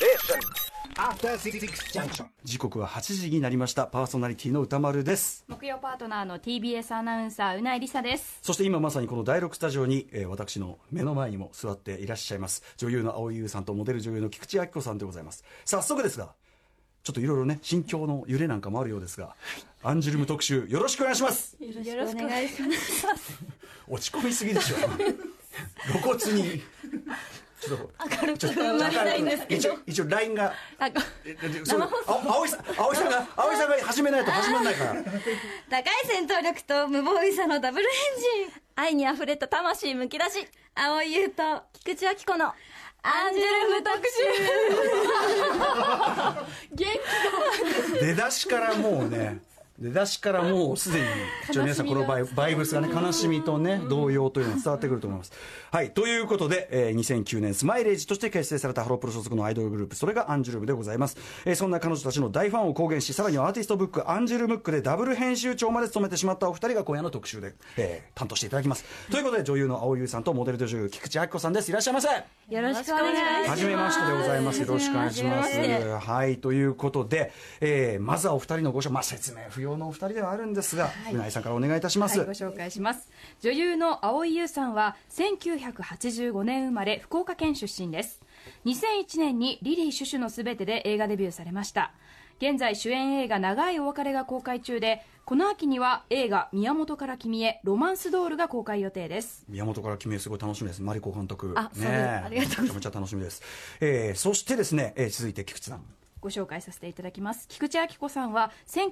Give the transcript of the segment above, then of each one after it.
時刻は8時になりました。パーソナリティの歌丸です。 木曜パートナーの TBS アナウンサーうないりさです。 そして今まさにこの第6スタジオに、私の目の前にも座っていらっしゃいます女優の蒼井優さんとモデル女優の菊池亜希子さんでございます。早速ですがちょっといろいろね心境の揺れなんかもあるようですが、アンジュルム特集よろしくお願いします。 よろしくお願いします。 落ち込みすぎでしょ露骨にちょっと明るく生まれないんですけど、 一応 LINE が生放送蒼井さんが始めないと始まらないから高い戦闘力と無防備さのダブルエンジン、 愛にあふれた魂むき出し、 蒼井優と菊池亜希子のアンジュルム特集元気出だしからもうすでに皆さんこのバイブスがね悲しみとね動揺というのが伝わってくると思います。はいということで、2009年スマイレージとして結成されたハロプロ所属のアイドルグループ、それがアンジュルムでございます。そんな彼女たちの大ファンを公言し、さらにはアーティストブックアンジュルムックでダブル編集長まで務めてしまったお二人が今夜の特集で、担当していただきます。ということで女優の蒼井優さんとモデル女優菊池亜希子さんです。いらっしゃいませ。 よろしくお願いします。 はじめましてでございます。よろしくお願いします。はいということで、まずはお二人のご紹介、説明不要のお二人ではあるんですが、うないさんからお願いいたします。 ご紹介します。女優の蒼井優さんは1985年生まれ、福岡県出身です。2001年にリリー・シュシュのすべてで映画デビューされました。現在主演映画長いお別れが公開中で、この秋には映画宮本から君へロマンスドールが公開予定です。 宮本から君へすごい楽しみです。マリコ監督そうです、ありがとうございます。 めちゃめちゃ楽しみです。そしてですね、続いて菊池さんご紹介させていただきます。菊池亜希子さんは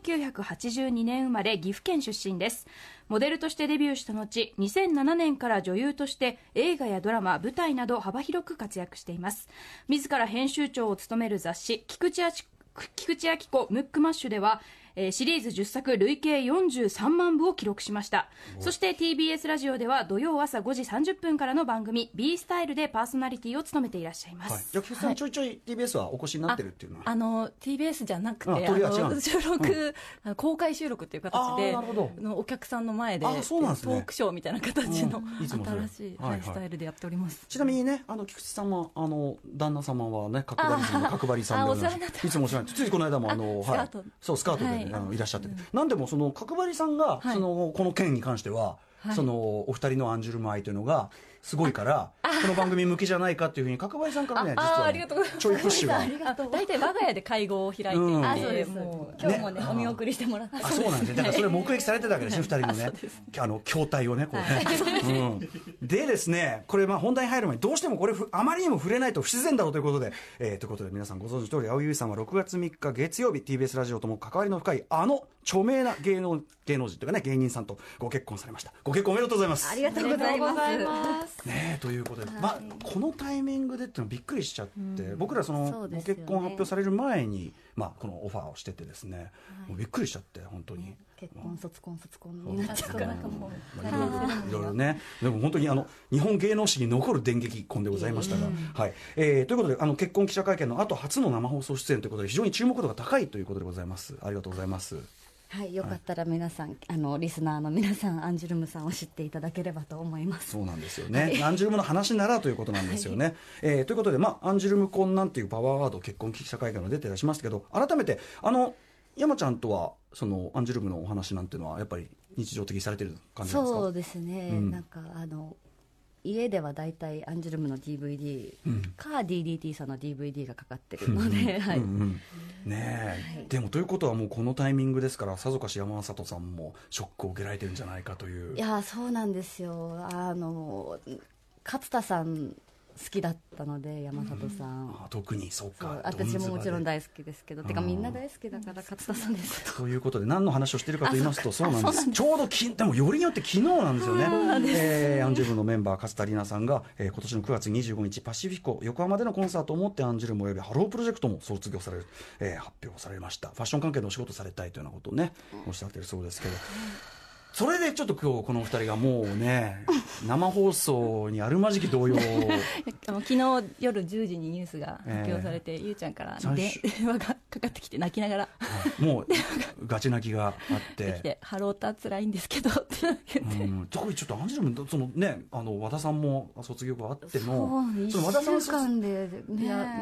1982年生まれ、岐阜県出身です。モデルとしてデビューした後、2007年から女優として映画やドラマ、舞台など幅広く活躍しています。自ら編集長を務める雑誌菊池亜希子ムックマッシュでは、シリーズ10作累計43万部を記録しました。そして TBS ラジオでは土曜朝5時30分からの番組 B スタイルでパーソナリティを務めていらっしゃいます。 はい、じゃあ菊池さん、ちょいちょい TBS はお越しになってるっていうのは TBS じゃなくて収録、公開収録っていう形でお客さんの前でトークショーみたいな形の新しいスタイルでやっております。 ちなみにね、菊池さんは旦那様はね角張りさんでいつもお世話になって、ついこの間もスカートでいらっしゃってて、なんでもその角張りさんが、この件に関しては、そのお二人のアンジュルム愛というのがすごいからこの番組向きじゃないかっていうふうに角張さんからね実はちょいプッシュが大体我が家で会合を開いていて、もう今日もねお見送りしてもらって、 そうなんですね。だからそれ目撃されてたわけですね、二人のね筐体をねこうねでですね、これ本題に入る前にどうしてもこれあまりにも触れないと不自然だろうということで、皆さんご存知の通り蒼井優さんは6月3日月曜日 TBS ラジオとも関わりの深い著名な芸能人というかね芸人さんとご結婚されました。ご結婚おめでとうございます。 ありがとうございます。 ね、ということで、このタイミングでっていうのびっくりしちゃって、僕らご結婚発表される前に、このオファーをしててですね、もうびっくりしちゃって本当に、 結婚卒婚になっちゃうからかもいろいろね。でも本当に日本芸能史に残る電撃婚でございましたが、はい、ということで結婚記者会見の後初の生放送出演ということで非常に注目度が高いということでございます。ありがとうございます。 はい、よかったら皆さん、リスナーの皆さんアンジュルムさんを知っていただければと思います。 そうなんですよね、アンジュルムの話ならということなんですよね、ということで、アンジュルム婚なんていうパワーワード結婚記者会見が出てらっしゃいましたけど、改めて山ちゃんとはそのアンジュルムのお話なんていうのはやっぱり日常的にされてる感じですか？ そうですね、なんか家ではだいたいアンジュルムの DVD か DDT さんの DVD がかかってるので、 でもということはもうこのタイミングですから、さぞかし山里さんもショックを受けられてるんじゃないかという。 いやそうなんですよ。勝田さん好きだったので、山里さん、 特にそうか、 私ももちろん大好きですけど、てかみんな大好きだから勝田さんですということで、何の話をしているかと言いますと、そうなんです。ちょうどでもよりによって昨日なんですよね。アンジュルムのメンバー勝田里奈さんが、今年の9月25日パシフィコ横浜でのコンサートをもってアンジュルムおよびハロープロジェクトも卒業される、発表されました。ファッション関係のお仕事されたいというようなことをねおっしゃっているそうですけど、それでちょっと今日このお二人がもうね生放送にあるまじき動揺昨日夜10時にニュースが発表されて、ゆうちゃんから電話がかかってきて泣きながら、 もうガチ泣きがあってハロータつらいんですけどって特にちょっとアンジュルムそのね和田さんも卒業後あっての 1週間でね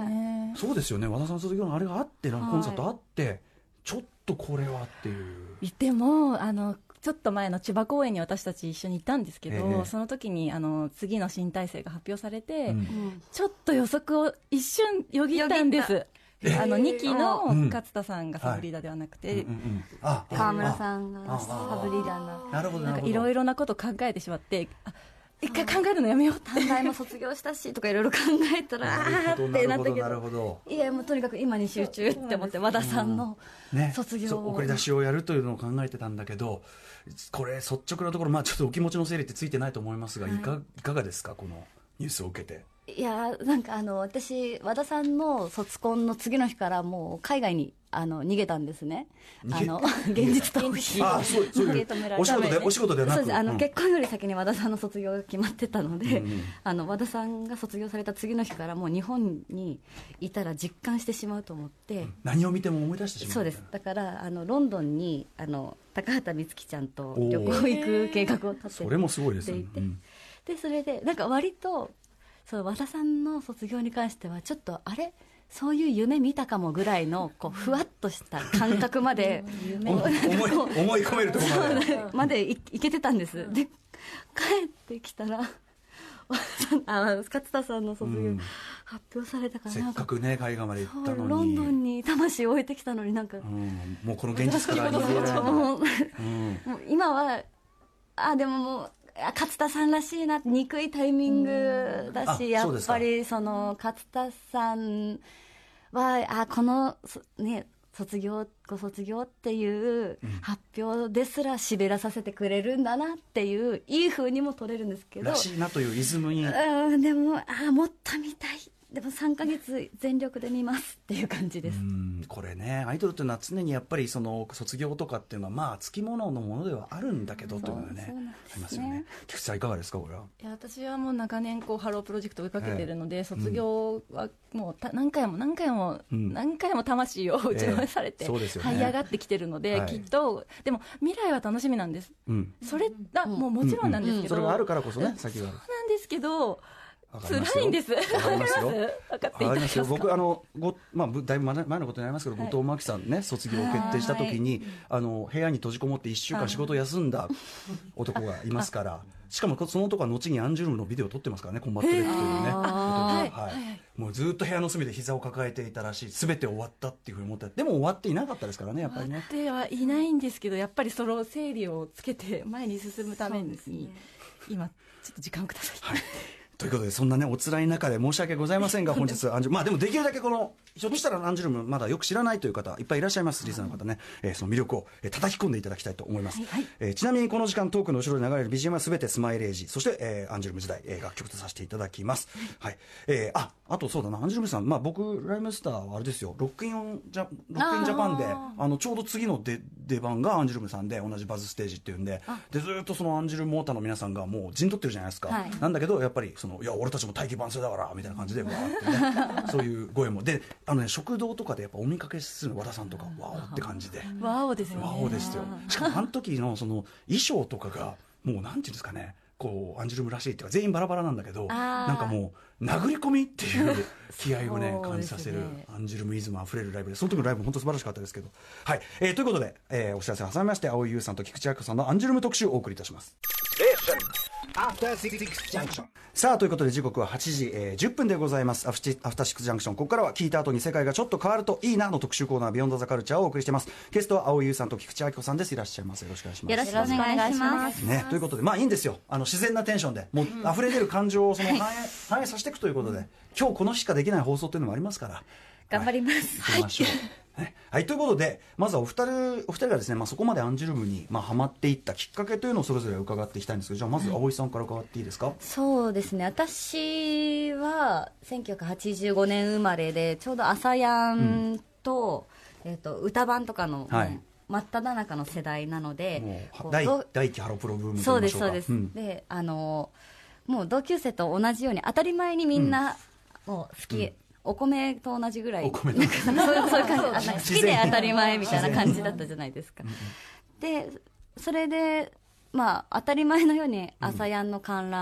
ね。 そうですよね。和田さん卒業のあれがあってコンサートあって、ちょっとこれはっていう。 でもちょっと前の千葉公演に私たち一緒に行ったんですけど、その時に次の新体制が発表されて、ちょっと予測を一瞬よぎったんです。2期の勝田さんがサブリーダーではなくて、 川村さんがサブリーダーな。 なるほど。 いろいろなこと考えてしまって、一回考えるのやめよう、 短大も卒業したしとかいろいろ考えたらってなったけど、いやもうとにかく今に集中って思って、和田さんの卒業を、 送り出しをやるというのを考えてたんだけど、これ率直なところ、ちょっとお気持ちの整理ってついてないと思いますが、いかがですか、このニュースを受けて。 いやなんか私和田さんの卒コンの次の日からもう海外に逃げたんですね。現実逃避受け止められたお仕事ではなく、 そうです。結婚より先に和田さんの卒業が決まってたので、和田さんが卒業された次の日からもう日本にいたら実感してしまうと思って、 何を見ても思い出してしまう。 そうです。だからロンドンに高畑充希ちゃんと旅行行く計画を立てていて、 それもすごいですね。 でそれでなんか割と和田さんの卒業に関してはちょっとそういう夢見たかもぐらいのふわっとした感覚まで思い込めるところまでいけてたんです。で帰ってきたら勝田さんの卒業発表されたから、 せっかくね海外まで行ったのに、 ロンドンに魂を置いてきたのに、なんかもうこの現実から逃げられない。もう今はでももう勝田さんらしいな、憎いタイミングだし、やっぱり勝田さんはこのねご卒業っていう発表ですらしべらさせてくれるんだなっていういい風にも取れるんですけど、 らしいなというイズムに、 でももっと見たい、でも3ヶ月全力で見ますっていう感じです。 これね、アイドルというのは常にやっぱりその卒業とかっていうのはつきもののものではあるんだけどというのはね、ありますよね。菊池さんいかがですか、これは。 いや、私はもう長年ハロープロジェクトを追いかけているので、卒業はもう何回も魂を打ちのめされて這い上がってきてるので、きっとでも未来は楽しみなんです。それがもちろんなんですけど、 それがあるからこそね、先はそうなんですけど、辛いんです。 わかりますよ。 分かっていただけますか。 僕だいぶ前のことになりますけど、後藤真希さんね、卒業を決定した時に部屋に閉じこもって1週間仕事を休んだ男がいますから、しかもその男は後にアンジュルムのビデオを撮ってますからね、コンバットレックというね。もうずっと部屋の隅で膝を抱えていたらしい。全て終わったっていうふうに思って、でも終わっていなかったですからね、やっぱりね。 終わってはいないんですけど、やっぱりその整理をつけて前に進むために、今ちょっと時間をください。 ということで、そんなねお辛い中で申し訳ございませんが、本日でもできるだけひょっとしたらアンジュルムまだよく知らないという方いっぱいいらっしゃいます。リスナーの方ね、その魅力を叩き込んでいただきたいと思います。ちなみにこの時間トークの後ろで流れる BGM はすべてスマイレージ、そして、アンジュルム時代、楽曲とさせていただきます。あとそうだな、アンジュルムさん、僕ライムスターはあれですよ、ロックインジャパンでちょうど次の出番がアンジュルムさんで、同じバズステージっていうんで、ずっとそのアンジュルムオーターの皆さんがもう陣取ってるじゃないですか。なんだけどやっぱりいや俺たちも大器晩成だからみたいな感じでわーってねそういう声もで、食堂とかでやっぱお見かけする和田さんとかわーって感じで、 わーですよね。 わーですよ。しかもあの時のその衣装とかがもうなんていうんですかね、アンジュルムらしいっていうか全員バラバラなんだけど、なんかもう殴り込みっていう気合をね感じさせるアンジュルムイズムあふれるライブで、その時のライブ本当素晴らしかったですけど、ということで、お知らせを挟みまして、青井優さんと菊池亜希子さんのアンジュルム特集をお送りいたします。さあということで、時刻は8時、10分でございます。アフターシックスジャンクション、ここからは聞いた後に世界がちょっと変わるといいなの特集コーナー、ビヨンドザカルチャーをお送りしています。ゲストは青井優さんと菊池亜希子さんです。いらっしゃいます。よろしくお願いします。 よろしくお願いしますね。ということでいいんですよ、自然なテンションでもう溢れ出る感情を反映させていくということで、今日この日しかできない放送というのもありますから、 頑張ります。 行きましょう。ということで、まずはお二人がですね、そこまでアンジュルムにハマっていったきっかけというのをそれぞれ伺っていきたいんですけど、じゃあまず青井さんから伺っていいですか。 そうですね、私は1985年生まれで、ちょうど朝やんと、歌版とかの、真っ只中の世代なので、 第一期ハロプロブームといいましょうか。 そうですそうです、でもう同級生と同じように当たり前にみんなもう好き、お米と同じぐらいそういう感じ、好きで当たり前みたいな感じだったじゃないですか。でそれで当たり前のように朝やんの観覧行っ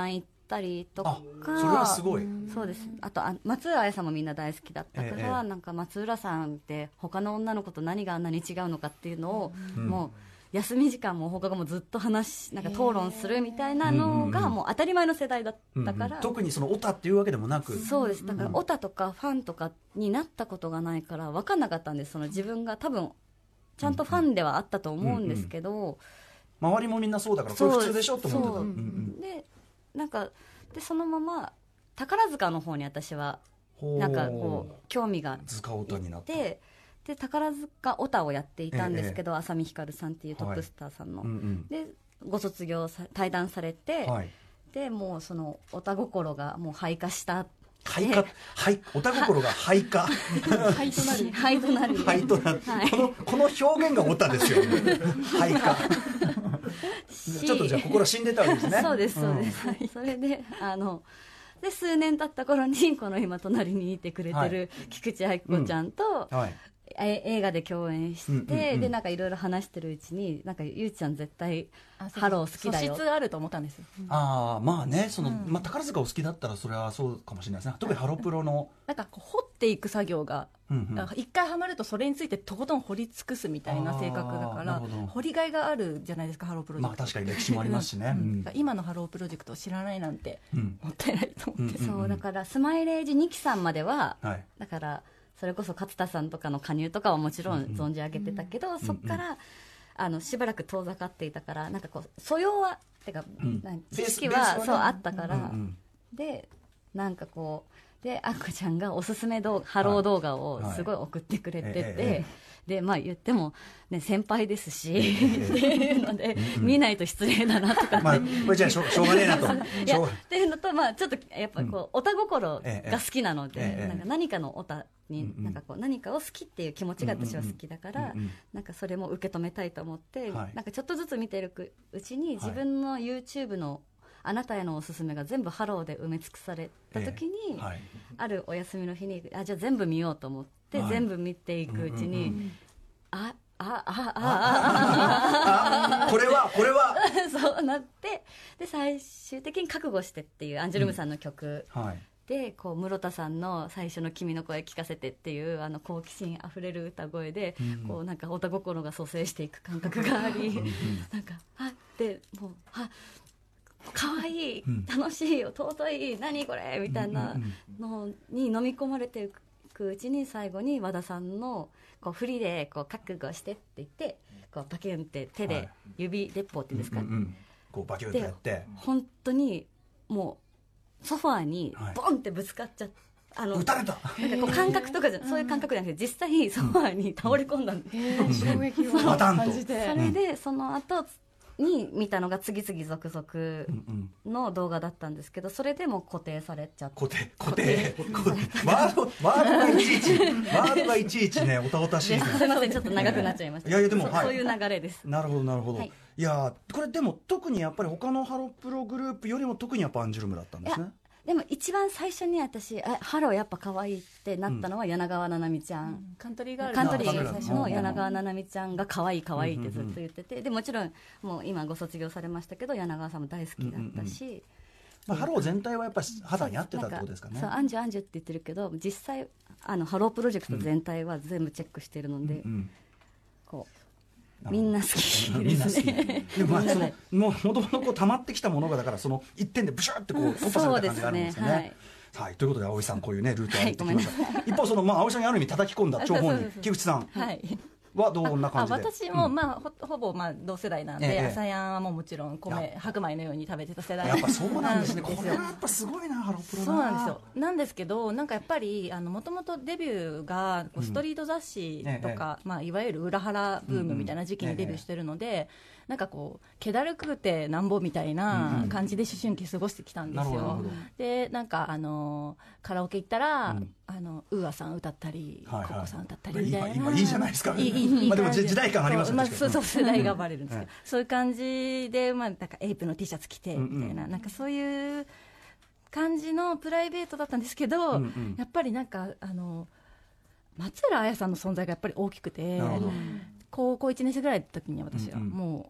ったりとか、 それはすごい。 そうです。あと松浦彩さんもみんな大好きだったから、なんか松浦さんって他の女の子と何があんなに違うのかっていうのを、もう休み時間も放課後もずっとなんか討論するみたいなのがもう当たり前の世代だったから、 特にそのオタっていうわけでもなく。 そうです。だからオタとかファンとかになったことがないから分かんなかったんです。その自分が多分ちゃんとファンではあったと思うんですけど、 周りもみんなそうだからこれ普通でしょと思ってた。でなんかでそのまま宝塚の方に私はなんかこう興味が塚オタになって、 で宝塚オタをやっていたんですけど、浅見光さんっていうトップスターさんの、でご卒業対談されて、でもうそのオタ心がもう廃化したオタ心が廃化廃となるこの表現がオタですよね。廃化ちょっとじゃあ心死んでたわけですね。 そうですそうです、それでで数年経った頃にこの今隣にいてくれてる菊池亜希子ちゃんと、映画で共演して、でなんかいろいろ話してるうちになんかゆうちゃん絶対ハロー好きだよ、 素質あると思ったんですよ。 まあね、宝塚お好きだったらそれはそうかもしれないですね。特にハロプロのなんかこう掘っていく作業が一回ハマるとそれについてとことん掘り尽くすみたいな性格だから掘りがいがあるじゃないですか、ハロープロジェクト。 確かに歴史もありますしね、 今のハロープロジェクトを知らないなんてもったいないと思って、 そうだからスマイレージ2期さんまでは、だからそれこそ勝田さんとかの加入とかはもちろん存じ上げてたけど、そこからしばらく遠ざかっていたから、なんかこう素養はてか、知識はそうあったから、でなんかこうであっこちゃんがおすすめハロー動画をすごい送ってくれてて、でまあ言っても、ね、先輩ですし、っていうので、見ないと失礼だなとかこれじゃあしょうがねえなとっていうのと、ちょっとやっぱこう、オタ心が好きなので、なんか何かのオタになんかこう何かを好きっていう気持ちが私は好きだから、なんかそれも受け止めたいと思って、なんかちょっとずつ見てるうちに自分の YouTube のあなたへのおすすめが全部ハローで埋め尽くされた時に、あるお休みの日にじゃあ全部見ようと思って全部見ていくうちに、これはそうなって、で最終的に覚悟してっていうアンジュルムさんの曲で、こう室田さんの最初の君の声聞かせてっていう好奇心あふれる歌声で、こうなんかオタ心が蘇生していく感覚があり、なんかでもうかわいい、楽しい、尊い、何これみたいなのに飲み込まれていくうちに、最後に和田さんのこう振りでこう覚悟してって言って、こうバキュンって手で指鉄砲っていうんですか、 こうバキュンってやって、 本当にもうソファーにボンってぶつかっちゃって、 撃たれたなんかこう感覚とかそういう感覚じゃなくて、実際ソファーに倒れ込んだんで、 衝撃を感じて、 それでその後に見たのが次々続々の動画だったんですけど、それでも固定されちゃって、 固定ワードがいちいちね、おたおたしい。 すいません、ちょっと長くなっちゃいました。 いやでもそういう流れです。 なるほどなるほど。いやこれでも特にやっぱり他のハロプログループよりも特にやっぱアンジュルムだったんですね。 でも一番最初に私ハローやっぱ可愛いってなったのは柳川七海ちゃん、 カントリーガール最初の柳川七海ちゃんが可愛い可愛いってずっと言ってて、でもちろんもう今ご卒業されましたけど柳川さんも大好きだったし、 ハロー全体はやっぱり肌に合ってたってことですかね。 そうアンジュアンジュって言ってるけど、実際ハロープロジェクト全体は全部チェックしてるので、こうみんな好きですね。 でももともとこう溜まってきたものが、だからその一点でブシューってこう突破された感じがあるんですよね。はい、ということで葵さんこういうねルートを歩いてきました。一方葵さんにある意味叩き込んだ張本人木口さんはどんな感じで。 私もほぼ同世代なんで、朝やんはもちろん白米のように食べてた世代。 やっぱそうなんですね。これはやっぱすごいな、ハロプロ。 そうなんですよ。なんですけど、なんかやっぱりもともとデビューがストリート雑誌とか、いわゆる裏腹ブームみたいな時期にデビューしてるので、なんかこう気だるくてなんぼみたいな感じで思春期過ごしてきたんですよ。でなんかカラオケ行ったら、ウーアさん歌ったり、ココさん歌ったりみたいな、 今いいじゃないですか。でも時代感ありますよね。 そう世代がバレるんですけど、そういう感じでなんかエイプの T シャツ着てみたいな、なんかそういう感じのプライベートだったんですけど、やっぱりなんか松浦綾さんの存在がやっぱり大きくて、高校1年生ぐらいの時に私はもう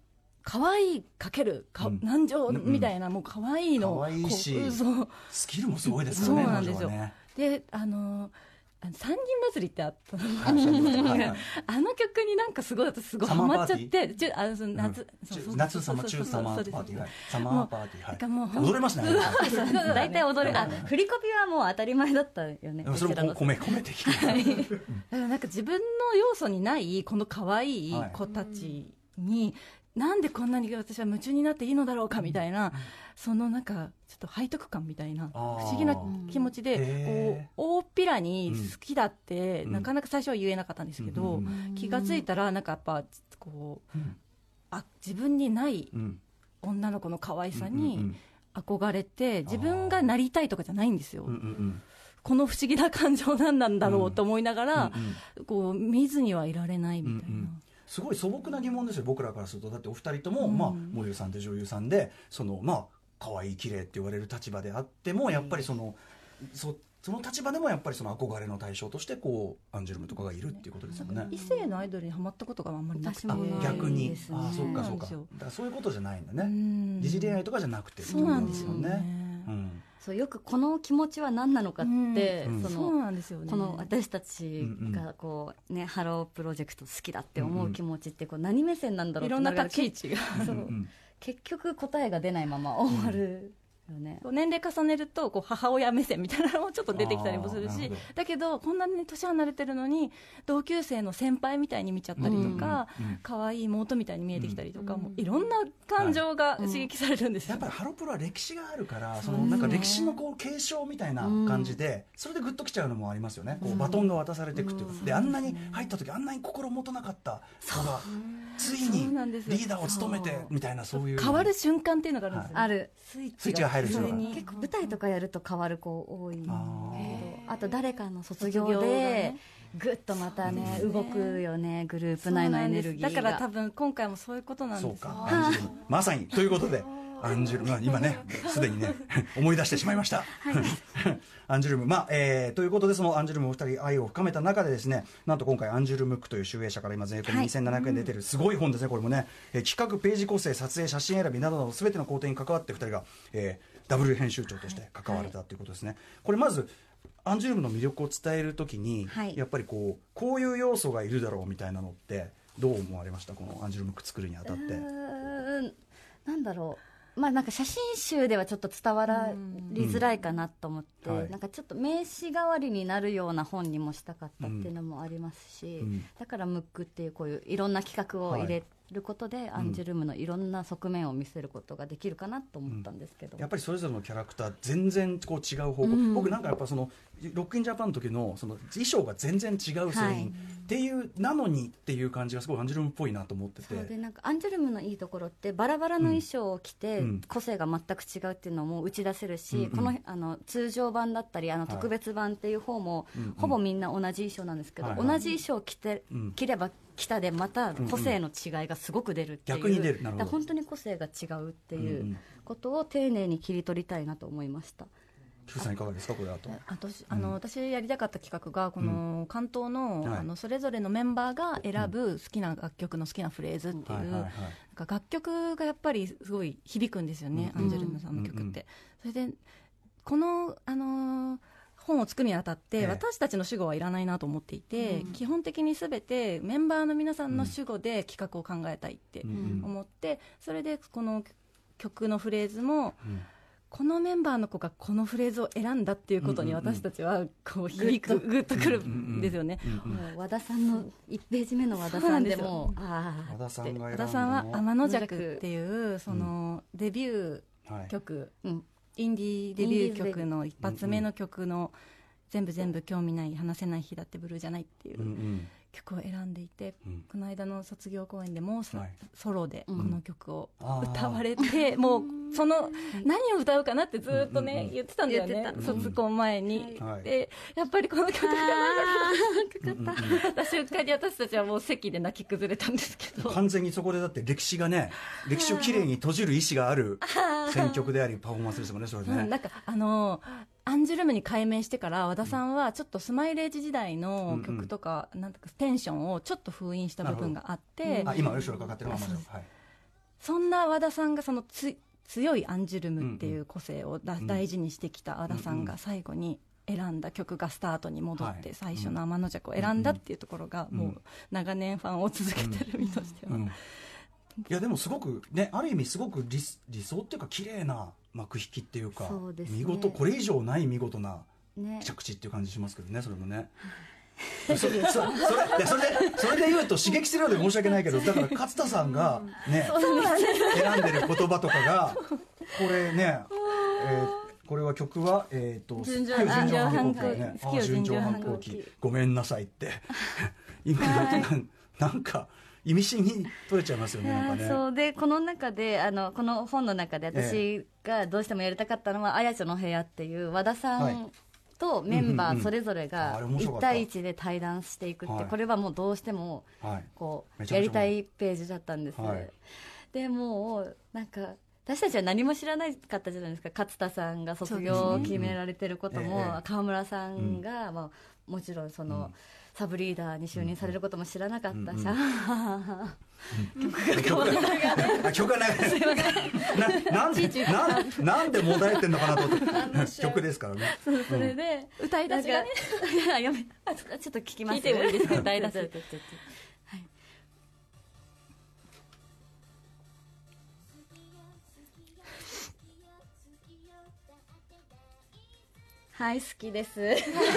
可愛いかける難情みたいな、もう可愛いの可愛いし、 そうスキルもすごいですからね。 そうなんですよ、 ね、 で三人祭りってあったの、 はいはい、 あの曲になんかすごいハマっちゃって、 夏サマ中サマーパーティー、サマーパーティー、はい、踊れますね。 大体踊れ、振りコピはもう当たり前だったよね。 それも込めてきて、 だからなんか自分の要素にないこの可愛い子たちに、なんでこんなに私は夢中になっていいのだろうかみたいな、そのなんかちょっと背徳感みたいな不思議な気持ちで、こう大っぴらに好きだって、なかなか最初は言えなかったんですけど、気がついたらなんかやっぱこう、自分にない女の子の可愛さに憧れて、自分がなりたいとかじゃないんですよ。この不思議な感情なんなんだろうと思いながら、こう見ずにはいられないみたいな。 すごい素朴な疑問ですよ、僕らからすると。だってお二人とも、モデルさんで女優さんで、可愛い綺麗って言われる立場であっても、やっぱりその立場でもやっぱりその憧れの対象としてこうアンジュルムとかがいるっていうことですよね。 異性のアイドルにハマったことがあんまりなくて、 逆に、そうかそうか、だからそういうことじゃないんだね。疑似恋愛とかじゃなくて、 そうなんですよね。 そう、よくこの気持ちは何なのかって、 そうなんですよね。 この私たちがこうね、ハロープロジェクト好きだって思う気持ちってこう何目線なんだろうって、 いろんな立ち位置が結局答えが出ないまま終わる。 年齢重ねるとこう母親目線みたいなのもちょっと出てきたりもするし、だけどこんなに年離れてるのに同級生の先輩みたいに見ちゃったりとか、可愛い妹みたいに見えてきたりとか、もういろんな感情が刺激されるんですよ。 やっぱりハロプロは歴史があるから、そのなんか歴史のこう継承みたいな感じで、それでグッときちゃうのもありますよね。こうバトンが渡されていくというか、であんなに入った時あんなに心もとなかった子がついにリーダーを務めてみたいな、そういう変わる瞬間っていうのがあるんですよ。 あるスイッチが入る人が結構舞台とかやると変わる子多い。あと誰かの卒業でぐっとまたね動くよね、グループ内のエネルギーが。 だから多分今回もそういうことなんですよ。 そうか、まさにということでアンジュルム、今ねすでにね思い出してしまいました、アンジュルム、ということで、そのアンジュルムお二人愛を深めた中でですね、なんと今回アンジュルムックという集英社から今税込み2700円出てるすごい本ですね。これもね、企画、ページ構成、撮影、写真選びなどの全ての工程に関わって2人が、ダブル編集長として関われたということですね。これまずアンジュルムの魅力を伝えるときに、やっぱりこういう要素がいるだろうみたいなのってどう思われました、このアンジュルムック作るにあたって。 なんだろう、なんか写真集ではちょっと伝わりづらいかなと思って、なんかちょっと名刺代わりになるような本にもしたかったっていうのもありますし、だからムックっていうこういういろんな企画を入れることで、アンジュルムのいろんな側面を見せることができるかなと思ったんですけど、 やっぱりそれぞれのキャラクター全然こう違う方向、僕なんかやっぱそのロックインジャパンの時のその衣装が全然違う製品っていう、なのにっていう感じがすごいアンジュルムっぽいなと思ってて、 そうで、なんかアンジュルムのいいところってバラバラの衣装を着て個性が全く違うっていうのも打ち出せるし、この通常版だったり特別版っていう方も、ほぼみんな同じ衣装なんですけど、同じ衣装を着れば着たでまた個性の違いがすごく出るっていう、 逆に出る、なるほど、 本当に個性が違うっていうことを丁寧に切り取りたいなと思いました。 菊さんいかがですか、これ。 私やりたかった企画がこの関東の、それぞれのメンバーが選ぶ好きな楽曲の好きなフレーズっていう、楽曲がやっぱりすごい響くんですよね、アンジュルムさんの曲って。それでこの本を作るにあたって私たちの主語はいらないなと思っていて、基本的に全てメンバーの皆さんの主語で企画を考えたいって思って、それでこの曲のフレーズも、このメンバーの子がこのフレーズを選んだっていうことに私たちはこう響く、グッとくるんですよね。 和田さんの1ページ目の和田さんでも、 和田さんは天の弱っていうそのデビュー曲、インディーデビュー曲の一発目の曲の全部興味ない話せない日だってブルーじゃないっていう曲を選んでいて、この間の卒業公演でもソロでこの曲を歌われて、もうその何を歌うかなってずっとね言ってたんだよね、卒コン前に。でやっぱりこの曲が流れた瞬間に私たちはもう席で泣き崩れたんですけど、 完全にそこでだって歴史をきれいに閉じる意思がある選曲でありパフォーマンスですもんね、それね。 なんかアンジュルムに改名してから和田さんはちょっとスマイレージ時代の曲とか、なんとかテンションをちょっと封印した部分があって、 今後ろかかってるままそんな和田さんがその強いアンジュルムっていう個性を大事にしてきた和田さんが最後に選んだ曲がスタートに戻って最初の天の弱を選んだっていうところがもう長年ファンを続けてる身としては、 いやでもすごくね、ある意味すごく理想っていうか綺麗な幕引きっていうか、 そうですね、 見事、これ以上ない見事な着地っていう感じしますけどね、それもね。それで言うと刺激するようで申し訳ないけど、だから勝田さんがね、選んでる言葉とかがこれね、これは曲は純情反抗期ね、純情反抗期ごめんなさいって今なんか意味深に取れちゃいますよね。なんかね、 そうでこの中でこの本の中で私がどうしてもやりたかったのは、あやちょの部屋っていう和田さんとメンバーそれぞれが1対1で対談していくって、これはもうどうしてもこうやりたいページだったんです、でもうなんか私たちは何も知らなかったじゃないですか。勝田さんが卒業を決められてることも、川村さんが、もちろんその、サブリーダーに就任されることも知らなかったし、 曲がなんでもだえてんのかなと思って曲ですからね。 それで歌い出しがねちょっと聞きます。 聞いてもいいですか？歌い出しはい、好きです。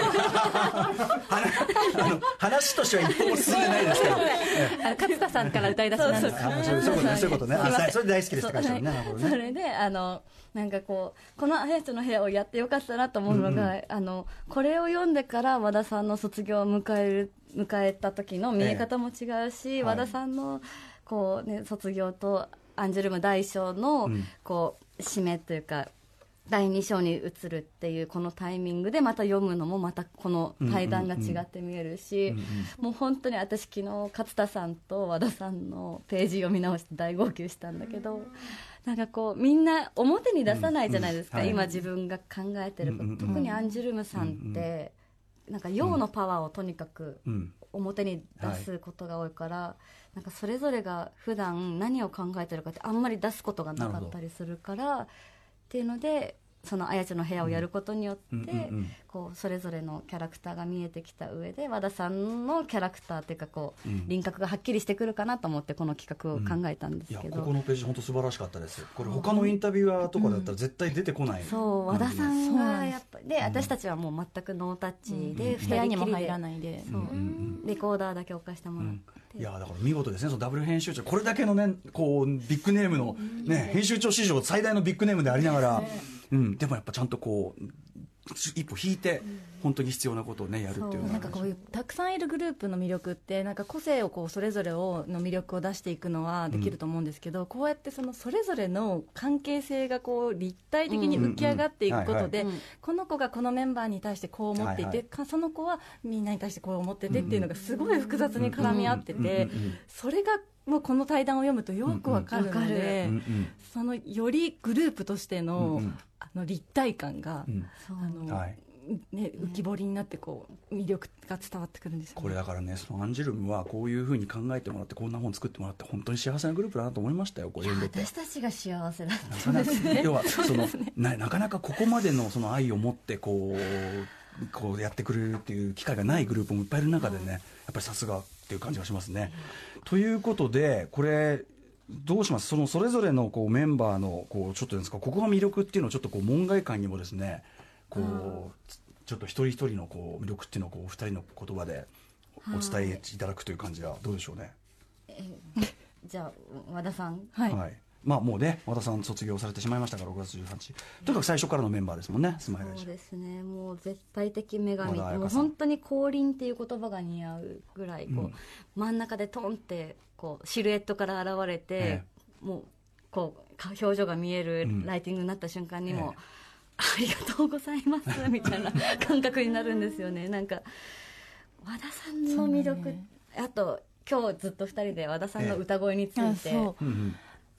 話としては一歩も進んでないですけど、 勝田さんから歌い出しなんですか？ そういうことね。それで大好きですって感じね。 それでなんかこのあやちょの部屋をやってよかったなと思うのが、これを読んでから和田さんの卒業を迎えた時の見え方も違うし、和田さんのこうね卒業とアンジュルム大賞のこう締めというか。第2章に移るっていうこのタイミングでまた読むのもまたこの対談が違って見えるし、もう本当に私昨日勝田さんと和田さんのページ読み直して大号泣したんだけど、なんかこうみんな表に出さないじゃないですか、今自分が考えてること、特にアンジュルムさんってなんか陽のパワーをとにかく表に出すことが多いから、なんかそれぞれが普段何を考えてるかってあんまり出すことがなかったりするからっていうので、そのあやちょの部屋をやることによってこうそれぞれのキャラクターが見えてきた上で和田さんのキャラクターっていうかこう輪郭がはっきりしてくるかなと思ってこの企画を考えたんですけど、 いやここのページ本当素晴らしかったです。これ他のインタビュアーとかだったら絶対出てこない、 そう和田さんがやっぱで、私たちはもう全くノータッチで部屋にも入らないで、 レコーダーだけ置かしてもらって、 いやだから見事ですね。そのダブル編集長、これだけのねこうビッグネームのね編集長史上最大のビッグネームでありながら、でもやっぱちゃんとこう一歩引いて本当に必要なことをねやるっていうのは、 なんかこういうたくさんいるグループの魅力ってなんか個性をこうそれぞれの魅力を出していくのはできると思うんですけど、こうやってそれぞれの関係性がこう立体的に浮き上がっていくことで、この子がこのメンバーに対してこう思っていて、その子はみんなに対してこう思っててっていうのがすごい複雑に絡み合ってて、それがもうこの対談を読むとよくわかるので、そのよりグループとしての立体感が浮き彫りになってこう魅力が伝わってくるんですよね。 これだからね、そのアンジュルムはこういうふうに考えてもらってこんな本作ってもらって本当に幸せなグループだなと思いましたよ。これ読んでて私たちが幸せだったそうですね。要はなかなかここまでのその愛を持ってこうやってくれるっていう機会がないグループもいっぱいいる中でね、やっぱりさすがっていう感じがしますね。ということでこれどうします？それぞれのこうメンバーのこうちょっとですか、ここが魅力っていうのをちょっとこう門外漢にもですね、こうちょっと一人一人のこう魅力っていうのをこうお二人の言葉でお伝えいただくという感じはどうでしょうね。 じゃあ和田さん。 まあもうね和田さん卒業されてしまいましたから6月18日、とにかく最初からのメンバーですもんね。スマイル。 そうですね、もう絶対的女神、もう本当に降臨っていう言葉が似合うぐらいこう、真ん中でトンってこうシルエットから現れて、もうこう表情が見えるライティングになった瞬間にも、ありがとうございますみたいな感覚になるんですよね。なんか和田さんの魅力、あと今日ずっと2人で和田さんの歌声について、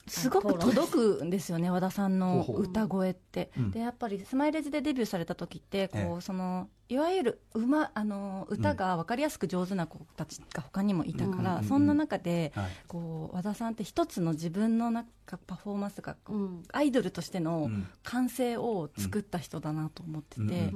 すごく届くんですよね、和田さんの歌声って。でやっぱりスマイレージでデビューされた時ってこうそのいわゆる歌が分かりやすく上手な子たちが他にもいたから、そんな中でこう和田さんって一つの自分のなんかパフォーマンスがアイドルとしての完成を作った人だなと思ってて、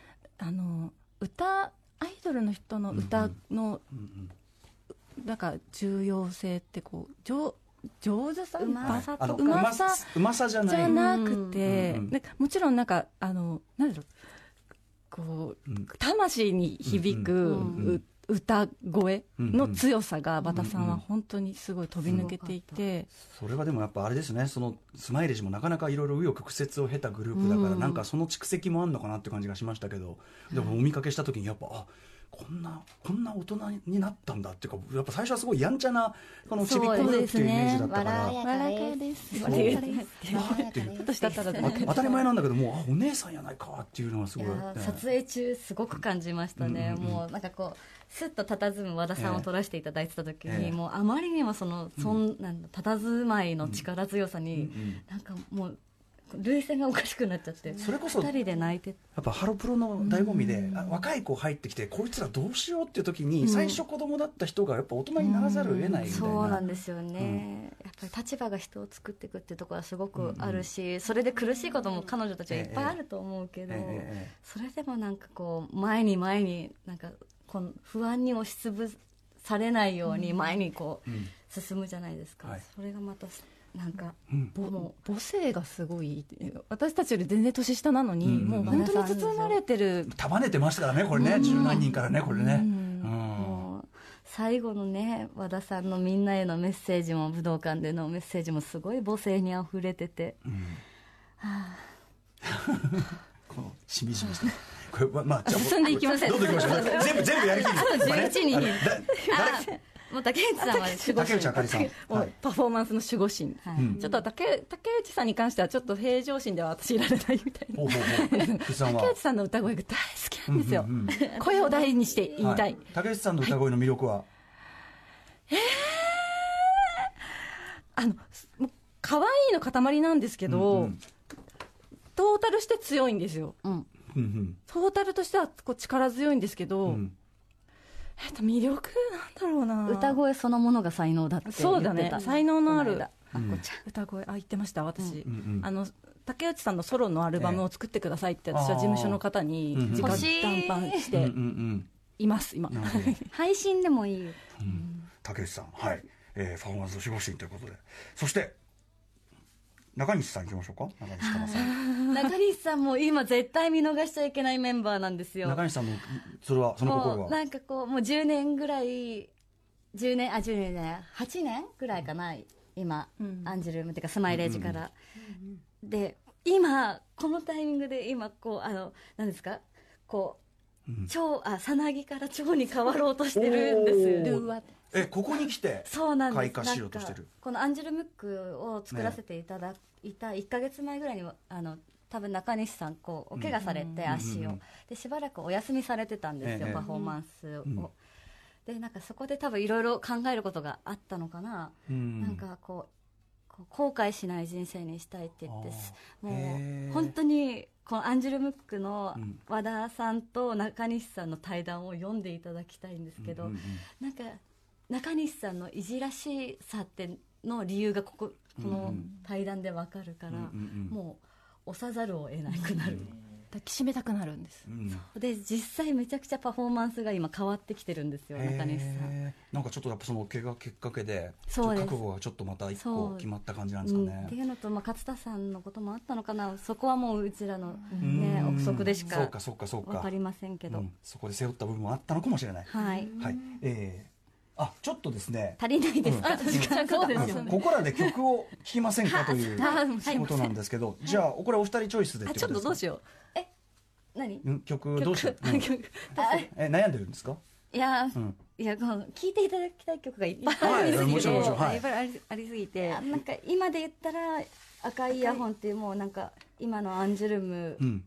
アイドルの人の歌のなんか重要性ってこう上手さ、うまさとかうまさじゃなくて、もちろんなんかなんだろう、こう魂に響く歌声の強さが和田さんは本当にすごい飛び抜けていて、 それはでもやっぱあれですね、そのスマイレージもなかなかいろいろ紆余曲折を経たグループだから、なんかその蓄積もあんのかなって感じがしましたけど、でもお見かけした時にやっぱこんな大人になったんだっていうか、やっぱ最初はすごいやんちゃなこのちびっこグループっていうイメージだったから、 笑かです当たり前なんだけど、もうお姉さんやないかっていうのがすごい、 撮影中すごく感じましたね。もうなんかこうスッと佇む和田さんを撮らせていただいてた時に、もうあまりにも佇まいの力強さに、なんかもう涙腺がおかしくなっちゃって、 それこそ 2人で泣いて、 やっぱハロプロの醍醐味で、若い子入ってきてこいつらどうしようっていう時に、最初子供だった人がやっぱ大人にならざるを得ないみたいな、 そうなんですよね、やっぱり立場が人を作っていくっていうところはすごくあるし、それで苦しいことも彼女たちはいっぱいあると思うけど、それでもなんかこう前になんかこの不安に押しつぶされないように前にこう進むじゃないですか、それがまたなんか、 母性がすごい、私たちより全然年下なのに、もう本当に包まれてる、 束ねてましたからね、これね、十何人からね、これね、 もう最後のね和田さんのみんなへのメッセージも、武道館でのメッセージもすごい母性にあふれてて、 このしみじみしたこれ、まあ、 進んでいきません、 どんどんいきましょう、全部やりきる 11人もう竹内さんは守護神、 竹内あかりさん、 パフォーマンスの守護神、ちょっと竹内さんに関してはちょっと平常心では私いられないみたいな、竹内さんの歌声が大好きなんですよ、声を大にして言いたい、 竹内さんの歌声の魅力は、 もう可愛いの塊なんですけど、トータルして強いんですよ、トータルとしてはこう力強いんですけど、魅力なんだろうな、 歌声そのものが才能だって言ってた。 そうだね、才能のある歌声、言ってました私、竹内さんのソロのアルバムを作ってくださいって私は事務所の方に直談判しています今。 配信でもいいよ、 竹内さん、はい、パフォーマンス守護神ということで、そして中西さんいきましょうか。中西かなさん中西さんも今絶対見逃しちゃいけないメンバーなんですよ。 中西さんのその心はなんかこうもう10年ぐらい8年ぐらいかな今、アンジュルームっていうかスマイレージから、で今このタイミングで今こう何ですかこうさなぎから蝶に変わろうとしてるんですよ。 ここに来て開花しようとしてる。 このアンジュルムックを作らせていただいた1ヶ月前ぐらいに多分中西さんお怪我されて足を、でしばらくお休みされてたんですよ、パフォーマンスを、でなんかそこで多分いろいろ考えることがあったのかな、なんかこう後悔しない人生にしたいって言って、もう本当にこのアンジュルムックの和田さんと中西さんの対談を読んでいただきたいんですけど、なんか中西さんのいじらしさっての理由がこの対談でわかるから、もう押さざるを得なくなる、 抱きしめたくなるんです、 で実際めちゃくちゃパフォーマンスが今変わってきてるんですよ、中西さん。 なんかちょっとやっぱその怪我きっかけで覚悟がちょっとまた一個決まった感じなんですかね。 っていうのと、勝田さんのこともあったのかな、そこはもううちらの、憶測でしか分かりませんけど、 そこで背負った部分もあったのかもしれない。 はい、 ちょっとですね足りないですか、 そうですよね。 ここらで曲を聴きませんかということなんですけど、じゃあこれお二人チョイスでってことですか。 ちょっとどうしよう、 何曲どうしよう、悩んでるんですか。 いや聴いていただきたい曲がいっぱいありすぎて、いっぱいありすぎて、なんか今で言ったら赤いイヤホンっていう、もうなんか今のアンジュルム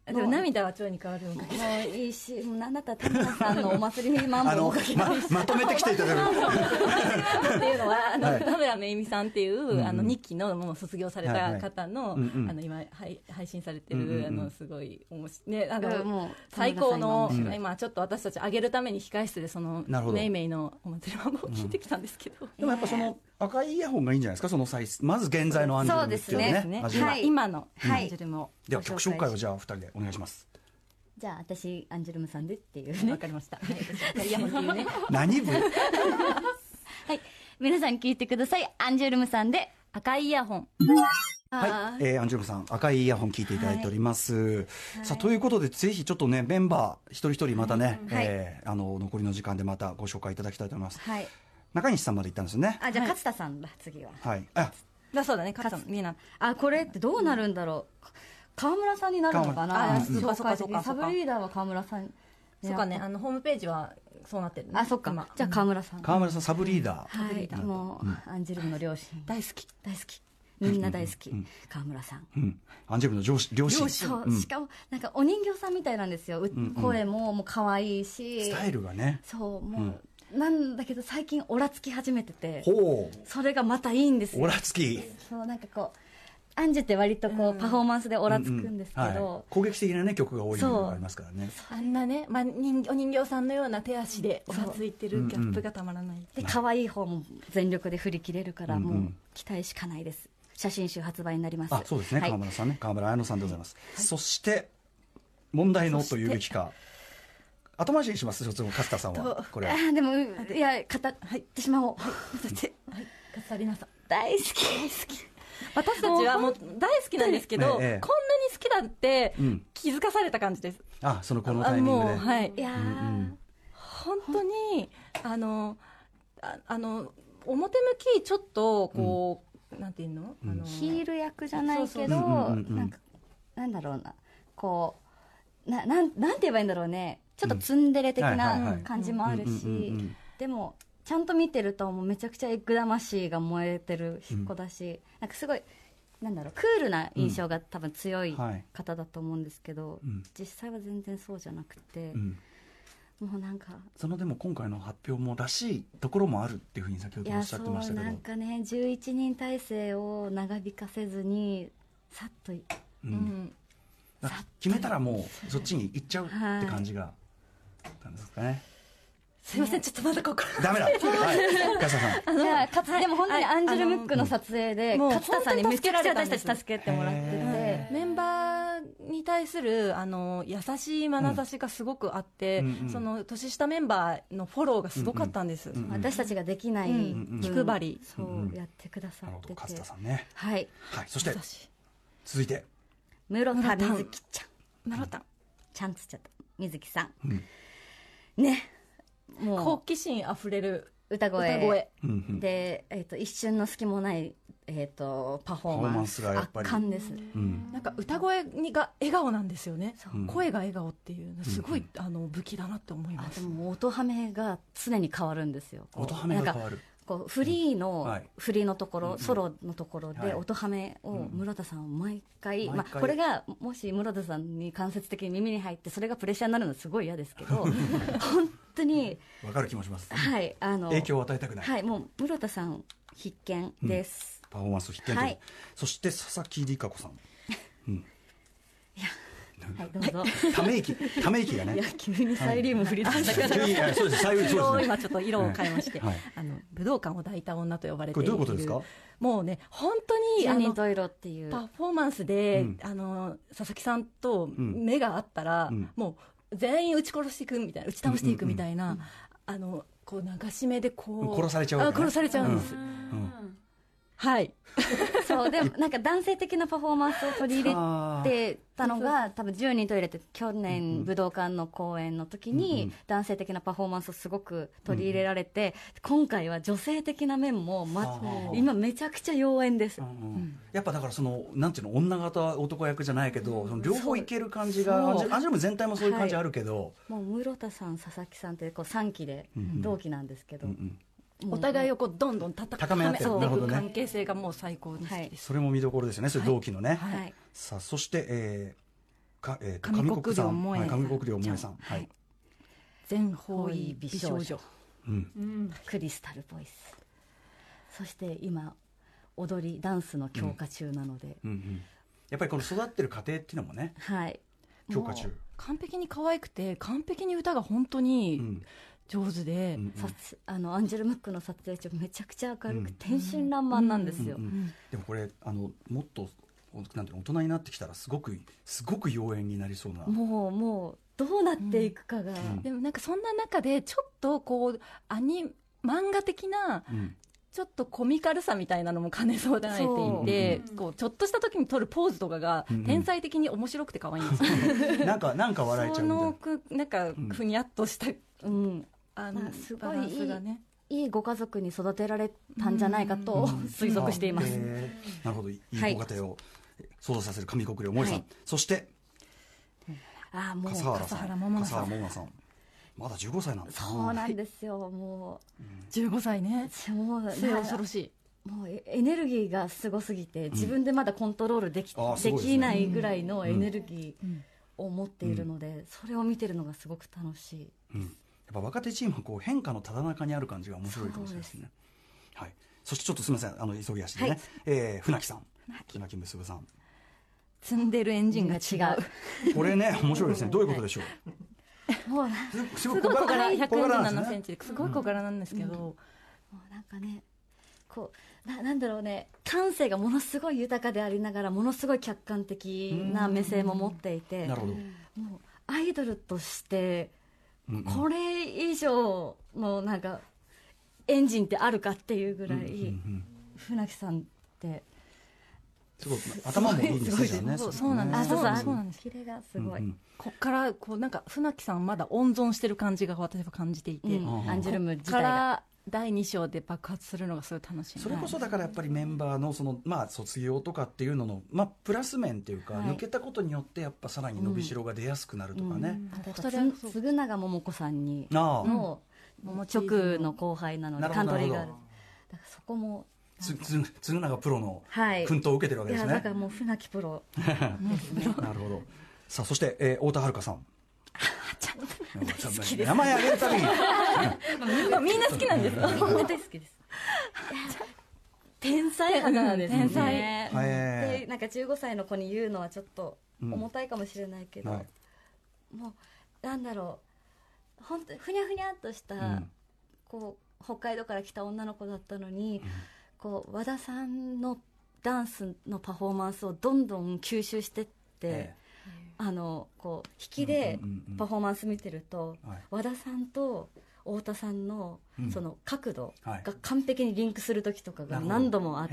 でも涙は蝶に変わるのかもういいし、もうなんだったら田村さんのお祭りマンボウをかけたいしまとめてきていただくっていうのは田村めいみさんっていう2期のもう卒業された方の今配信されてるすごい面白いね、もう最高の今ちょっと私たち上げるために控室でそのめいめいのお祭りマンボウを聞いてきたんですけど、 でもやっぱその赤いイヤホンがいいんじゃないですか、そのサイズ、まず現在のアンジュルムっていうね、 今のアンジュルムをでは曲紹介をじゃあ2人でお願いします。 じゃあ私アンジュルムさんでっていうね、 わかりました。イヤホンっていうね何部はい、 皆さん聞いてください。アンジュルムさんで赤いイヤホン。 はい、アンジュルムさん赤いイヤホン聞いていただいております、さあということでぜひちょっとねメンバー一人一人またね、残りの時間でまたご紹介いただきたいと思います。中西さんまで行ったんですよね。 じゃあ勝田さんだ次は。 そうだね、勝田みんな。 これってどうなるんだろう。川村さんになるのかな。 そうかサブリーダーは川村さん。 そうかね、ホームページはそうなってるね。 そっか。じゃあ川村さん。 川村さんサブリーダー。もうアンジュルムの両親大好き。 みんな大好き、川村さん、 アンジュルムの両親。 しかもなんかお人形さんみたいなんですよ、声も可愛いし、 スタイルがね、 そうもう、なんだけど最近オラつき始めてて、 ほう、 それがまたいいんですよ。 オラつき、 そうなんかこうアンジュって割とこうパフォーマンスでオラつくんですけど、 攻撃的なね曲が多いのがありますからね。 あんなね、お人形さんのような手足でオラついてるギャップがたまらない。 で可愛い方も全力で振り切れるから、もう期待しかないです。写真集発売になります。 そうですね、川村さんね、川村彩乃さんでございます。そして問題のというべきか、後回しにします。勝田さんはこれは。 でもいや語ってしまおう。 勝田里奈さん大好き。 私たちはもう大好きなんですけど、こんなに好きだって気づかされた感じです。 そのこのタイミングで。 はい。いや本当に表向きちょっとこう。なんていうの、 ヒール役じゃないけど、なんだろうな、こうなんて言えばいいんだろうね、ちょっとツンデレ的な感じもあるし、でもちゃんと見てるともうめちゃくちゃエッグ魂が燃えてる子だし、なんかすごいなんだろう、クールな印象が多分強い方だと思うんですけど、実際は全然そうじゃなくて。もうなんかでも今回の発表もらしいところもあるっていうふうに先ほどおっしゃってましたけど、 なんかね11人体制を長引かせずにさっと、 決めたらもうそっちに行っちゃうって感じがあったんですかね。 すいません、ちょっとまだここダメだ。勝田さん。でも本当にアンジュルムックの撮影で勝田さんにめちゃくちゃ私たち助けてもらってて、 メンバーに対する優しい眼差しがすごくあって、その年下メンバーのフォローがすごかったんです。 私たちができない気配り、 そうやってくださってて。 勝田さんね。 はい。 そして続いて室田瑞希ちゃん。 室田ちゃんつっちゃった。瑞希さん。ね。 もう好奇心あふれる歌声で、一瞬の隙もない、パフォーマンスが圧巻です。 なんか歌声が笑顔なんですよね。声が笑顔っていうすごい武器だなって思います。 でも音ハメが常に変わるんですよ。 音ハメが変わる。 フリーのところ、ソロのところで音ハメを室田さんは毎回、これがもし室田さんに間接的に耳に入ってそれがプレッシャーになるのはすごい嫌ですけど、本当に分かる気もします。 はい、 影響を与えたくない。 はい、もう室田さん必見です。 パフォーマンス必見です。そして佐々木里香子さん。 いや。はい、どうぞ。 ため息がね。 いや、急にサイリウム振り出したから。 そうです、サイリウム、そうです。 今ちょっと色を変えまして、武道館を抱いた女と呼ばれている。 これどういうことですか？ もうね、本当に 10人十色っていうパフォーマンスで、佐々木さんと目が合ったら、もう全員撃ち殺していくみたいな、撃ち倒していくみたいな、こう流し目でこう殺されちゃう。 殺されちゃうんです。はい。 そうでもなんか男性的なパフォーマンスを取り入れてたのが多分10人トイレって去年武道館の公演の時に男性的なパフォーマンスをすごく取り入れられて、今回は女性的な面も今めちゃくちゃ妖艶です。 やっぱだからなんていうの、女型男役じゃないけど、両方いける感じが、アンジュルム全体もそういう感じあるけど、 もう室田さん佐々木さんってこう3期で同期なんですけど。 お互いをこうどんどん高め合っていく関係性がもう最高に好きです。 それも見どころですよね、それ同期のね。さあそして上国さん、上国良萌さん、はい、 全方位美少女、 クリスタルボイス、そして今踊りダンスの強化中なので、 やっぱりこの育ってる過程っていうのもね、 はい、 強化中。 完璧に可愛くて完璧に歌が本当に上手で、 アンジェル・ムックの撮影中めちゃくちゃ明るく天真爛漫なんですよ。 でもこれもっとなんていうの、大人になってきたらすごく妖艶になりそうな、 もうどうなっていくかが、 でもなんかそんな中でちょっとこう漫画的な、ちょっとコミカルさみたいなのも兼ね備えていて、こうちょっとした時に撮るポーズとかが天才的に面白くて可愛いんですよね。 なんか笑えちゃうみたいな、 なんかふにゃっとした、 すごいいいご家族に育てられたんじゃないかと推測しています。 なるほど、いいご家庭を想像させる上国良萌さん、そして笠原桃奈さん、まだ15歳なんです。 そうなんですよ。もう 15歳ね、 もう恐ろしい。 もうエネルギーがすごすぎて、自分でまだコントロールできないぐらいのエネルギーを持っているので、それを見てるのがすごく楽しい。 やっぱ若手チームはこう変化のただ中にある感じが面白いかもしれないですね。はい、そしてちょっとすみません、急ぎ足でね、船木さん、船木結さん、 積んでるエンジンが違う。 これね、面白いですね。どういうことでしょう。 もうすごい小柄、147センチですごい小柄なんですけど、もうなんかね、こうなんだろうね、感性がものすごい豊かでありながらものすごい客観的な目線も持っていて、 なるほど、 もうアイドルとしてこれ以上のなんかエンジンってあるかっていうぐらい、船木さんってすごい頭もいいんですよね。 そうなんです。そうなんです。 キレがすごい。 こっからこうなんか船木さんまだ温存してる感じが私は感じていて、 アンジュルム自体が第2章で爆発するのがすごい楽しい。 それこそだからやっぱりメンバーのその卒業とかっていうののプラス面っていうか、抜けたことによってやっぱさらに伸びしろが出やすくなるとかね。 嗣永桃子さんにの直の後輩なのでカントリーガール、だからそこも。 嗣永プロの奮闘を受けてるわけですね。 いやだからもう船木プロなるほど。さあそして太田遥さん、名前挙げるたびにみんな好きなんです。 みんな大好きです。天才肌なんですね。 天才でなんか15歳の子に言うのはちょっと重たいかもしれないけど、もうなんだろう、本当にふにゃふにゃっとしたこう北海道から来た女の子だったのに、こう和田さんのダンスのパフォーマンスをどんどん吸収してって、こう引きでパフォーマンス見てると、和田さんと太田さんのその角度が完璧にリンクする時とかが何度もあって、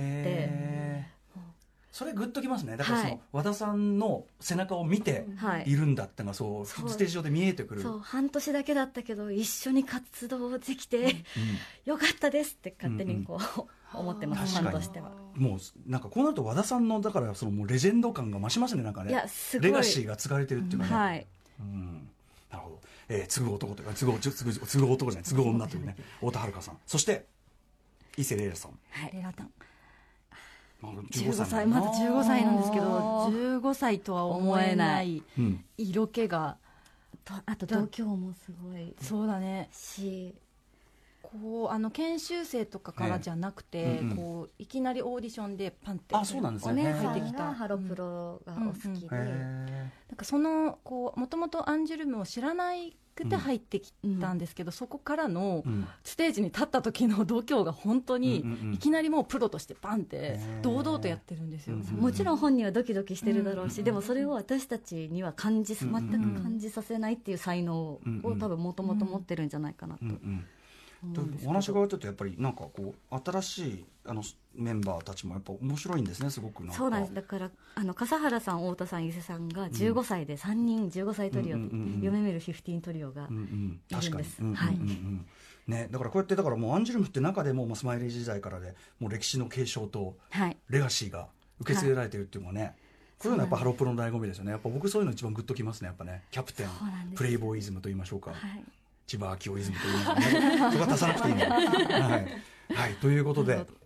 それグッときますね。だからその和田さんの背中を見ているんだってのがそうステージ上で見えてくる。 そう、半年だけだったけど一緒に活動できてよかったですって勝手にこう思ってます。ファンとしてはもうなんかこうなると和田さんのだからそのもうレジェンド感が増しますね。なんかね、レガシーが継がれてるっていうかね。 はい、 なるほど。継ぐ男というか継ぐ男じゃない、継ぐ女というね、太田遥さん、そして伊勢レイラさん。 レイラタン 15 歳、まだ15歳なんですけど、15歳とは思えない色気が、 あと度胸もすごい。 そうだね。こう研修生とかからじゃなくて、こういきなりオーディションでパンってお姉さんがハロプロがお好きで、 なんかそのこうもともとアンジュルムを知らないくて入ってきたんですけど、そこからのステージに立った時の度胸が本当にいきなりもうプロとしてバンって堂々とやってるんですよ。 もちろん本人はドキドキしてるだろうし、でもそれを私たちには全く感じさせないっていう才能を多分もともと持ってるんじゃないかなと。 お話があってとやっぱりなんかこう新しいメンバーたちもやっぱ面白いんですね。すごくなんかそうなんです。だから笠原さん、太田さん、伊勢さんが15歳で3人15歳トリオ、夢見る15トリオがいるんです。 ね、だからこうやってだからもうアンジュルムって中でもスマイレージ時代からでもう歴史の継承とレガシーが受け継げられてるっていうのはね、そういうのはやっぱハロプロの醍醐味ですよね。やっぱ僕そういうの一番グッときますね。やっぱね、キャプテンプレイボーイズムと言いましょうか、千葉明夫イズムと言いましょうか、そこは足さなくていいんだはい、ということで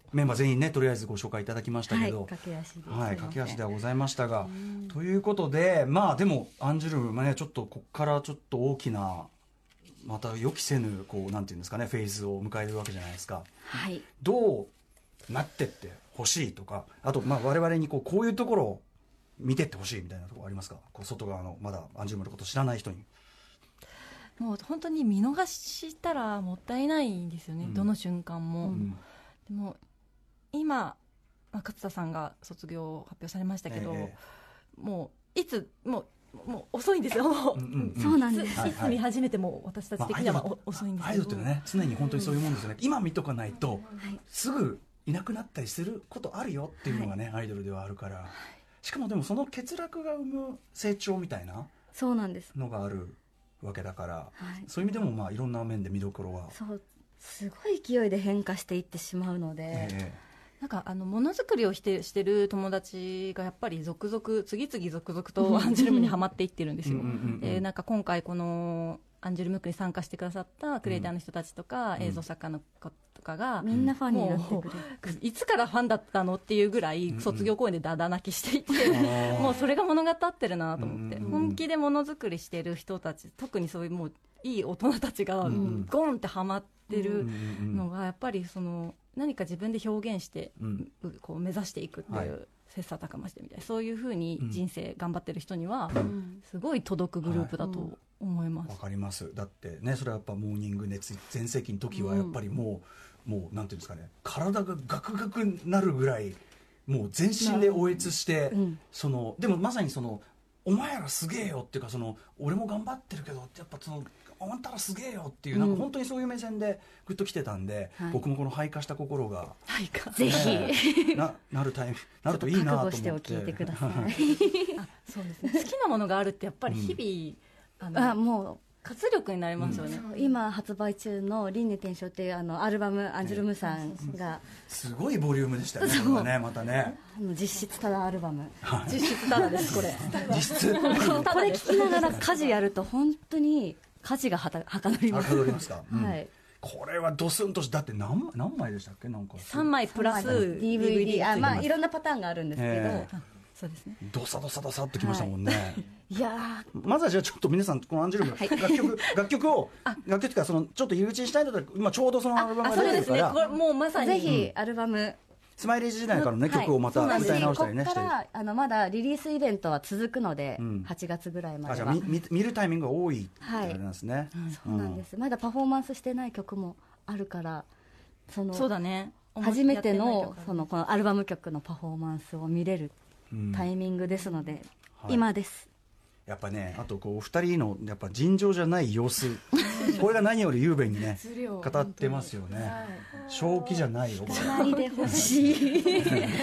メンバー全員ねとりあえずご紹介いただきましたけど、 駆け足で、 はい、駆け足ではございましたが、ということでまあでもアンジュルム、ね、ちょっとここからちょっと大きなまた予期せぬこうなんていうんですかねフェーズを迎えるわけじゃないですか。 はい、 どうなってってほしいとか、あとまあ我々にこういうところを見てってほしいみたいなところありますか？こう外側のまだアンジュルムのこと知らない人に。 もう本当に見逃したらもったいないんですよね、どの瞬間も。でも今勝田さんが卒業を発表されましたけど、もういつもう遅いんですよ。 そうなんです。 いつ見始めても私たち的には遅いんですけど、 アイドルってね常に本当にそういうもんですよね。今見とかないとすぐいなくなったりすることあるよっていうのがね、アイドルではあるから。しかもでもその欠落が生む成長みたいなそうなんですのがあるわけだから、そういう意味でもまあいろんな面で見どころはそうすごい勢いで変化していってしまうので、 なんかものづくりをしてる友達がやっぱり次々続々とアンジュルムにはまっていってるんですよ。なんか今回このアンジュルムックに参加してくださったクリエイターの人たちとか、映像作家の子とかがみんなファンになってくれる。 いつからファンだったのっていうぐらい卒業公演でダダ泣きしていて、もうそれが物語ってるなと思って、本気でものづくりしてる人たち、特にそういうもういい大人たちがゴンってハマってるのがやっぱりその何か自分で表現してこう目指していくっていう切磋琢磨してみたい、そういうふうに人生頑張ってる人にはすごい届くグループだと思います。 わかります。だってねそれはやっぱモーニング熱全盛期の時はやっぱりもうなんていうんですかね、体がガクガクになるぐらいもう全身で応援して、そのでもまさにそのお前らすげえよっていうか、その俺も頑張ってるけどやっぱそのあんたらすげえよっていう、なんか本当にそういう目線でグッと来てたんで、僕もこの廃化した心がぜひなるといいなと思って。覚悟してお聞いてください。 そうですね、好きなものがあるってやっぱり日々、もう活力になりますよね。 今発売中の輪廻転生っていうアルバム、アンジュルムさんがすごいボリュームでしたね。それはねまたね実質ただアルバム、 実質ただですこれ。 実質これ聴きながら家事やると本当に家事がはかどります。 はかどりますか。 はい。 これはドスンとだって何枚でしたっけ？なんか 3枚プラス DVD、まあいろんなパターンがあるんですけど、 そうですね、 ドサっときましたもんね。 いやまずはじゃあちょっと皆さんこのアンジュルム、楽曲を楽曲というかそのちょっと入り口にしたいので今ちょうどそのアルバムが出てるから、 これもうまさにぜひアルバムスマイレージ時代からのね曲をまた歌い直したりねして、 ここからまだリリースイベントは続くので、8月ぐらいまでは。 じゃあ見るタイミングが多いってあれなんですね。 そうなんです。まだパフォーマンスしてない曲もあるから、 そうだね、 初めてのこのアルバム曲のパフォーマンスを見れるタイミングですので、今です。 やっぱね、あとこうお二人のやっぱ尋常じゃない様子これが何より雄弁にね語ってますよね。正気じゃないよ、 隣で欲しい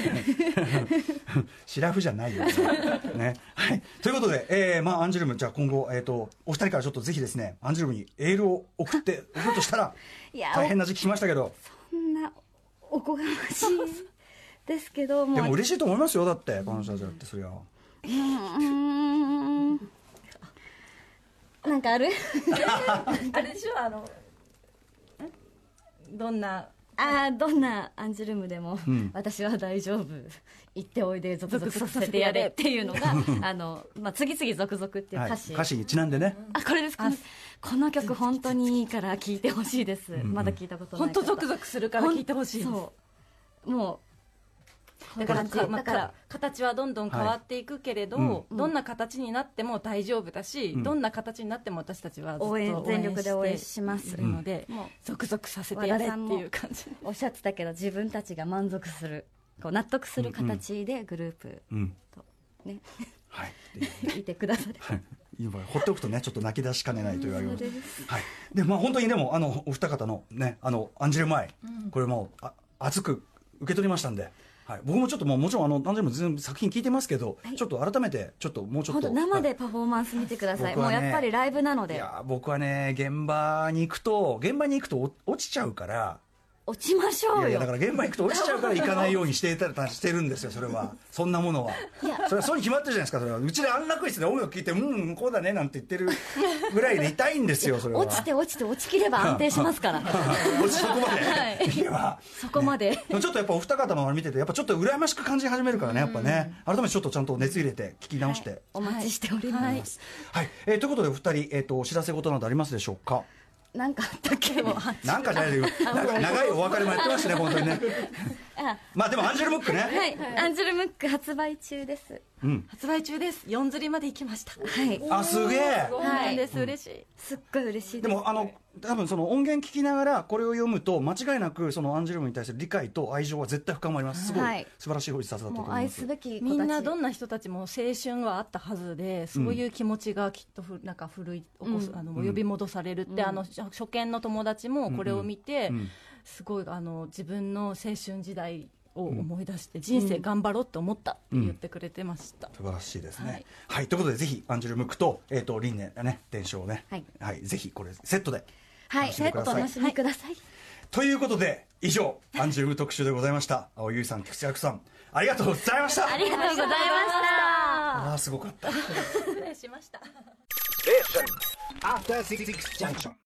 シラフじゃないよね。はい、ということで、まあアンジュルム、じゃあ今後、お二人からちょっとぜひですねアンジュルムにエールを送って送るとしたら大変な時期来ましたけど、 そんなおこがましいですけども、 でも嬉しいと思いますよ。だってこの人たちだってそりゃなんかあるあれでしょ、どんなアンジュルムでも、私は大丈夫、行っておいで続々させてやれっていうのがまあ、次々続々っていう歌詞にちなんでね、 これですか。この曲本当にいいから聴いてほしいです、まだ聞いたことない方。 本当ゾクゾクするから聴いてほしいです。 そうもうだから形はどんどん変わっていくけれど、どんな形になっても大丈夫だし、どんな形になっても私たちはずっと全力で応援しますので、ゾクゾクさせてやれっていう感じ。 おっしゃってたけど、自分たちが満足する、こう納得する形でグループとね、いてくださる。 放っておくとねちょっと泣き出しかねないというわけです。はい。でまあ本当にでもお二方のねアンジュルム愛、これも熱く受け取りましたんで。はい、僕もちょっともちろん何でも全部作品聞いてますけど、ちょっと改めてもうちょっと生でパフォーマンス見てください。もうやっぱりライブなので。 いや僕はね現場に行くと落ちちゃうから、 落ちましょうよ。 いやだから現場行くと落ちちゃうから行かないようにしてるんですよ、それは。そんなものは。それはそうに決まってるじゃないですか、それは。うちで安楽室で音楽聴いて、こうだねなんて言ってるぐらいで痛いんですよ、それは。 落ちきれば安定しますから。 そこまで、はい、いやそこまで。 ちょっとやっぱお二方の見てて、やっぱちょっと羨ましく感じ始めるからね、やっぱね。改めてちょっとちゃんと熱入れて聞き直して。 お待ちしております。 はい。ということでお二人、お知らせ事などありますでしょうか。 なんかあったっけ。 なんかじゃないで長いお別れもやってましたね、本当にね。まあでもアンジェルムックね。 はい、アンジェルムック発売中です。 発売中です。4釣りまで行きました。 はい。 あ、すげえ。 そうなんです。嬉しい。 すっごい嬉しいです。 でも多分その音源聞きながらこれを読むと間違いなくそのアンジェルムに対する理解と愛情は絶対深まります。すごい素晴らしい一冊だったと思います。 愛すべき子たち。 みんなどんな人たちも青春はあったはずで、そういう気持ちがきっとなんか奮い起こす、呼び戻されるって、初見の友達もこれを見て、すごい自分の青春時代を思い出して人生頑張ろうと思ったって言ってくれてました。 素晴らしいですね。はい、ということでぜひアンジェルムックとリンネね伝承をね、はい、ぜひこれセットではい、セットお楽しみください。 ということで以上アンジェルム特集でございました。青井優さん、菊池亜希さん、ありがとうございました。 ありがとうございました。 すごかった。 失礼しました。 After 66 junction.